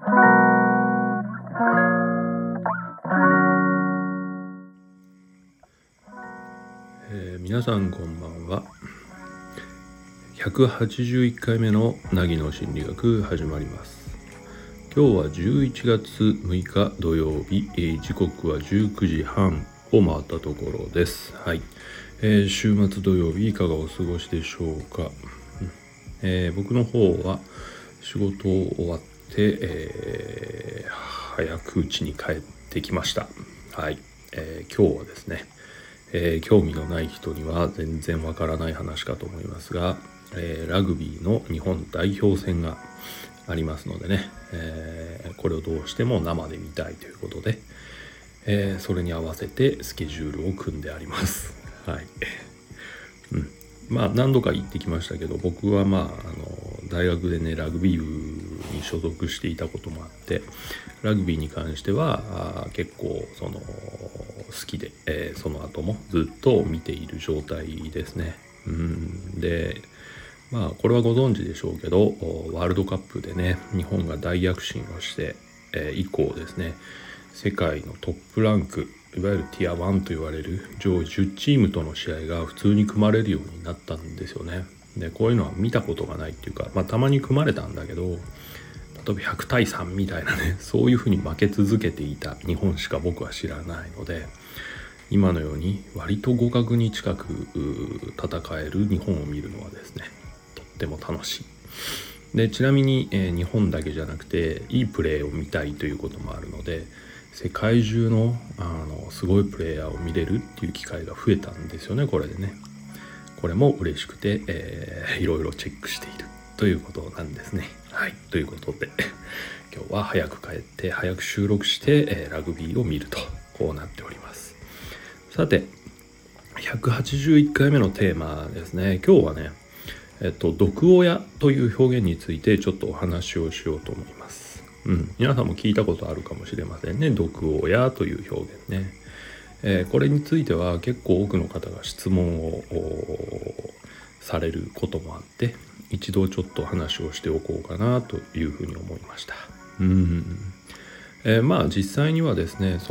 皆さんこんばんは。181回目の凪の心理学始まります。今日は11月6日土曜日、時刻は19時半を回ったところです。はい、週末土曜日いかがお過ごしでしょうか。僕の方は仕事を終わって、早く家に帰ってきました。はい、今日はですね、興味のない人には全然わからない話かと思いますが、ラグビーの日本代表戦がありますのでね、これをどうしても生で見たいということで、それに合わせてスケジュールを組んであります。はい、まあ何度か行ってきましたけど、僕は大学でねラグビー部に所属していたこともあって、ラグビーに関しては結構好きで、その後もずっと見ている状態ですね。でこれはご存知でしょうけど、ワールドカップでね日本が大躍進をして、以降ですね、世界のトップランク、いわゆるティア1と言われる上位10チームとの試合が普通に組まれるようになったんですよね。でこういうのは見たことがないっていうか、たまに組まれたんだけど、例えば100対3みたいなね、そういうふうに負け続けていた日本しか僕は知らないので、今のように割と互角に近く戦える日本を見るのはですね、とっても楽しい。でちなみに、日本だけじゃなくていいプレーを見たいということもあるので、世界中のすごいプレーヤーを見れるっていう機会が増えたんですよね。これでね、これも嬉しくて、いろいろチェックしているということなんですね。はい、ということで今日は早く帰って早く収録して、ラグビーを見るとこうなっております。さて181回目のテーマですね。今日はね、毒親という表現についてちょっとお話をしようと思います。皆さんも聞いたことあるかもしれませんね、毒親という表現ね。これについては結構多くの方が質問をされることもあって、一度ちょっと話をしておこうかなというふうに思いました。実際にはですね、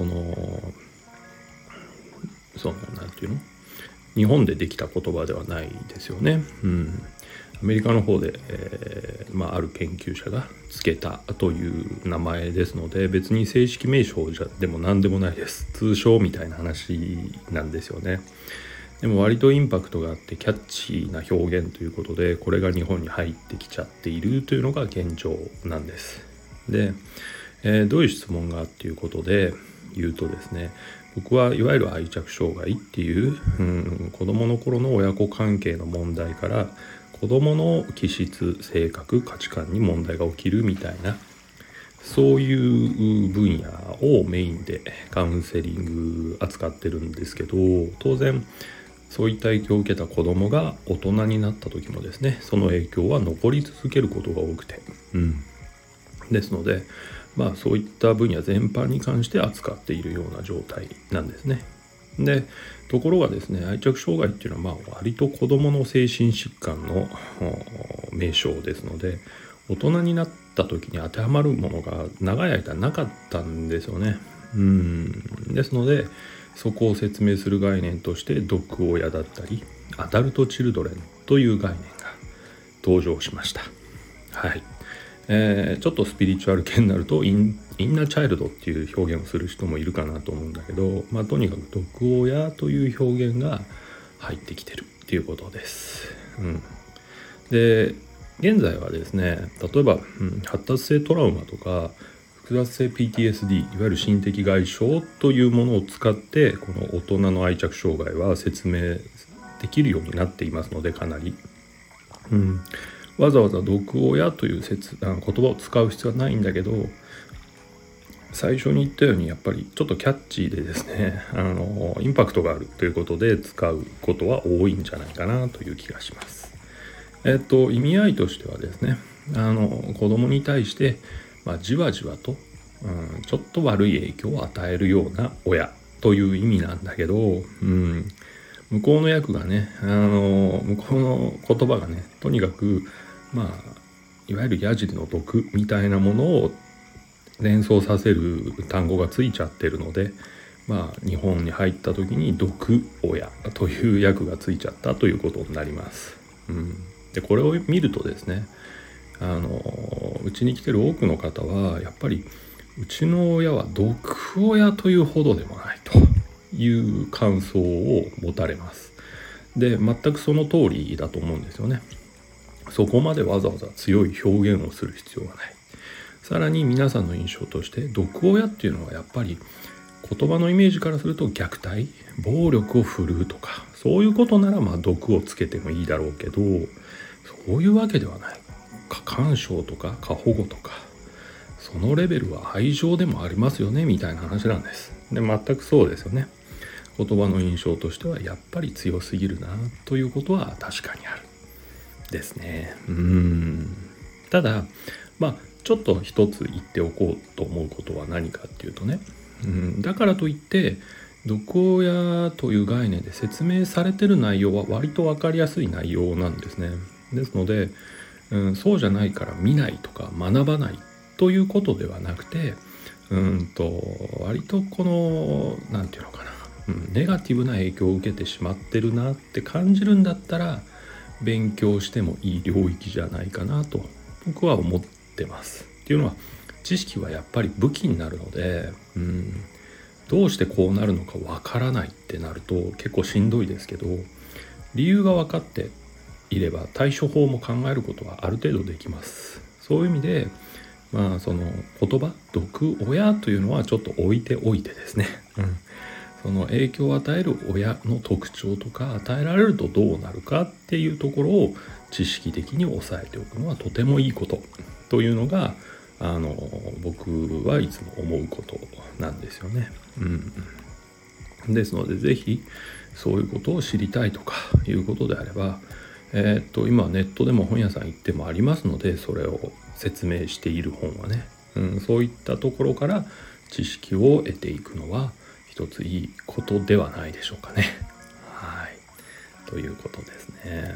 なんていうの、日本でできた言葉ではないですよね。アメリカの方で、ある研究者がつけたという名前ですので、別に正式名称でも何でもないです。通称みたいな話なんですよね。でも割とインパクトがあってキャッチーな表現ということで、これが日本に入ってきちゃっているというのが現状なんです。で、どういう質問がっていうことで言うとですね、僕はいわゆる愛着障害っていう、子どもの頃の親子関係の問題から、子どもの気質、性格、価値観に問題が起きるみたいな、そういう分野をメインでカウンセリング扱ってるんですけど、当然そういった影響を受けた子どもが大人になった時もですね、その影響は残り続けることが多くて、ですのでそういった分野全般に関して扱っているような状態なんですね。でところがですね、愛着障害っていうのは割と子どもの精神疾患の名称ですので、大人になった時に当てはまるものが長い間なかったんですよね。ですのでそこを説明する概念として毒親だったりアダルトチルドレンという概念が登場しました。はい、ちょっとスピリチュアル系になるとインナーチャイルドっていう表現をする人もいるかなと思うんだけど、とにかく毒親という表現が入ってきてるっていうことです。で現在はですね、例えば、発達性トラウマとか複雑性 PTSD、 いわゆる心的外傷というものを使ってこの大人の愛着障害は説明できるようになっていますので、かなり、わざわざ毒親という言葉を使う必要はないんだけど、最初に言ったようにやっぱりちょっとキャッチーでですね、インパクトがあるということで使うことは多いんじゃないかなという気がします。意味合いとしてはですね、子供に対してじわじわと、ちょっと悪い影響を与えるような親という意味なんだけど、向こうの役がね、向こうの言葉がね、とにかくいわゆるヤジの毒みたいなものを連想させる単語がついちゃってるので、日本に入った時に毒親という訳がついちゃったということになります。でこれを見るとですね、うちに来てる多くの方はやっぱりうちの親は毒親というほどでもないという感想を持たれます。で全くその通りだと思うんですよね。そこまでわざわざ強い表現をする必要がない。さらに皆さんの印象として毒親っていうのはやっぱり言葉のイメージからすると虐待、暴力を振るうとかそういうことなら毒をつけてもいいだろうけど、そういうわけではない。過干渉とか過保護とかそのレベルは愛情でもありますよねみたいな話なんです。で全くそうですよね。言葉の印象としてはやっぱり強すぎるなということは確かにあるですね。ただちょっと一つ言っておこうと思うことは何かっていうとね、だからといって毒親という概念で説明されてる内容は割と分かりやすい内容なんですね。ですので、そうじゃないから見ないとか学ばないということではなくて、割とこのなんていうのかな、ネガティブな影響を受けてしまってるなって感じるんだったら勉強してもいい領域じゃないかなと僕は思ってます。っていうのは知識はやっぱり武器になるので、どうしてこうなるのかわからないってなると結構しんどいですけど、理由が分かっていれば対処法も考えることはある程度できます。そういう意味でその言葉毒親というのはちょっと置いておいてですね、その影響を与える親の特徴とか与えられるとどうなるかっていうところを知識的に押さえておくのはとてもいいことというのが僕はいつも思うことなんですよね。ですのでぜひそういうことを知りたいとかいうことであれば、今ネットでも本屋さん行ってもありますので、それを説明している本はね、そういったところから知識を得ていくのは一ついいことではないでしょうかね。ということですね。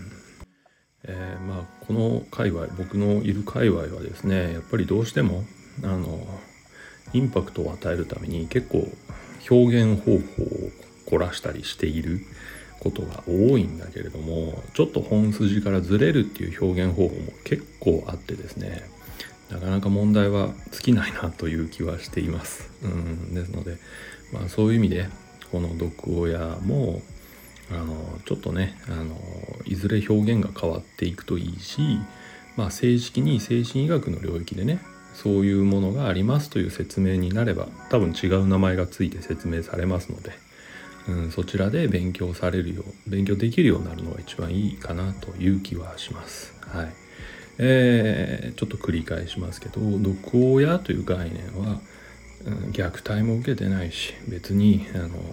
この界隈、僕のいる界隈はですね、やっぱりどうしてもインパクトを与えるために結構表現方法を凝らしたりしていることが多いんだけれども、ちょっと本筋からずれるっていう表現方法も結構あってですね、なかなか問題は尽きないなという気はしています。ですので、そういう意味でこの毒親もちょっとねいずれ表現が変わっていくといいし、正式に精神医学の領域でねそういうものがありますという説明になれば多分違う名前がついて説明されますので、そちらで勉強できるようになるのが一番いいかなという気はします。ちょっと繰り返しますけど、毒親という概念は、虐待も受けてないし、別に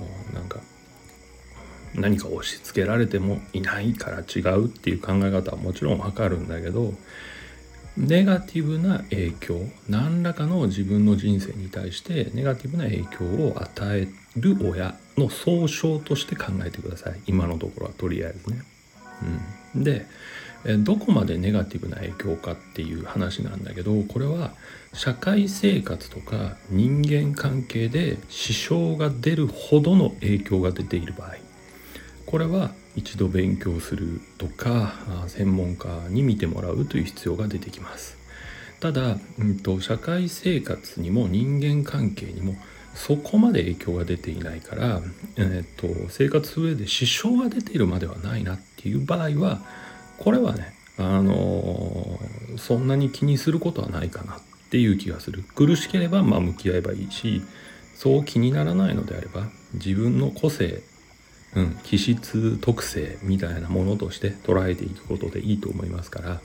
何か押し付けられてもいないから違うっていう考え方はもちろんわかるんだけど、ネガティブな影響、何らかの自分の人生に対してネガティブな影響を与える親の総称として考えてください。今のところはとりあえずね。でどこまでネガティブな影響かっていう話なんだけど、これは社会生活とか人間関係で支障が出るほどの影響が出ている場合、これは一度勉強するとか専門家に見てもらうという必要が出てきます。ただ、社会生活にも人間関係にもそこまで影響が出ていないから、生活上で支障が出ているまではないなっていう場合は、これはね、そんなに気にすることはないかなっていう気がする。苦しければ向き合えばいいし、そう気にならないのであれば自分の個性、気質特性みたいなものとして捉えていくことでいいと思いますから、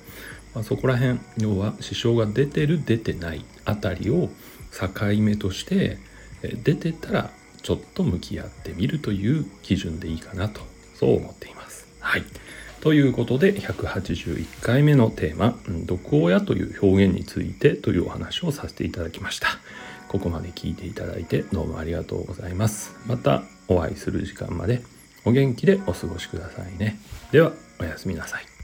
そこら辺、要は支障が出てる出てないあたりを境目として出てたらちょっと向き合ってみるという基準でいいかなとそう思っています。ということで181回目のテーマ毒親という表現についてというお話をさせていただきました。ここまで聞いていただいてどうもありがとうございます。またお会いする時間までお元気でお過ごしくださいね。ではおやすみなさい。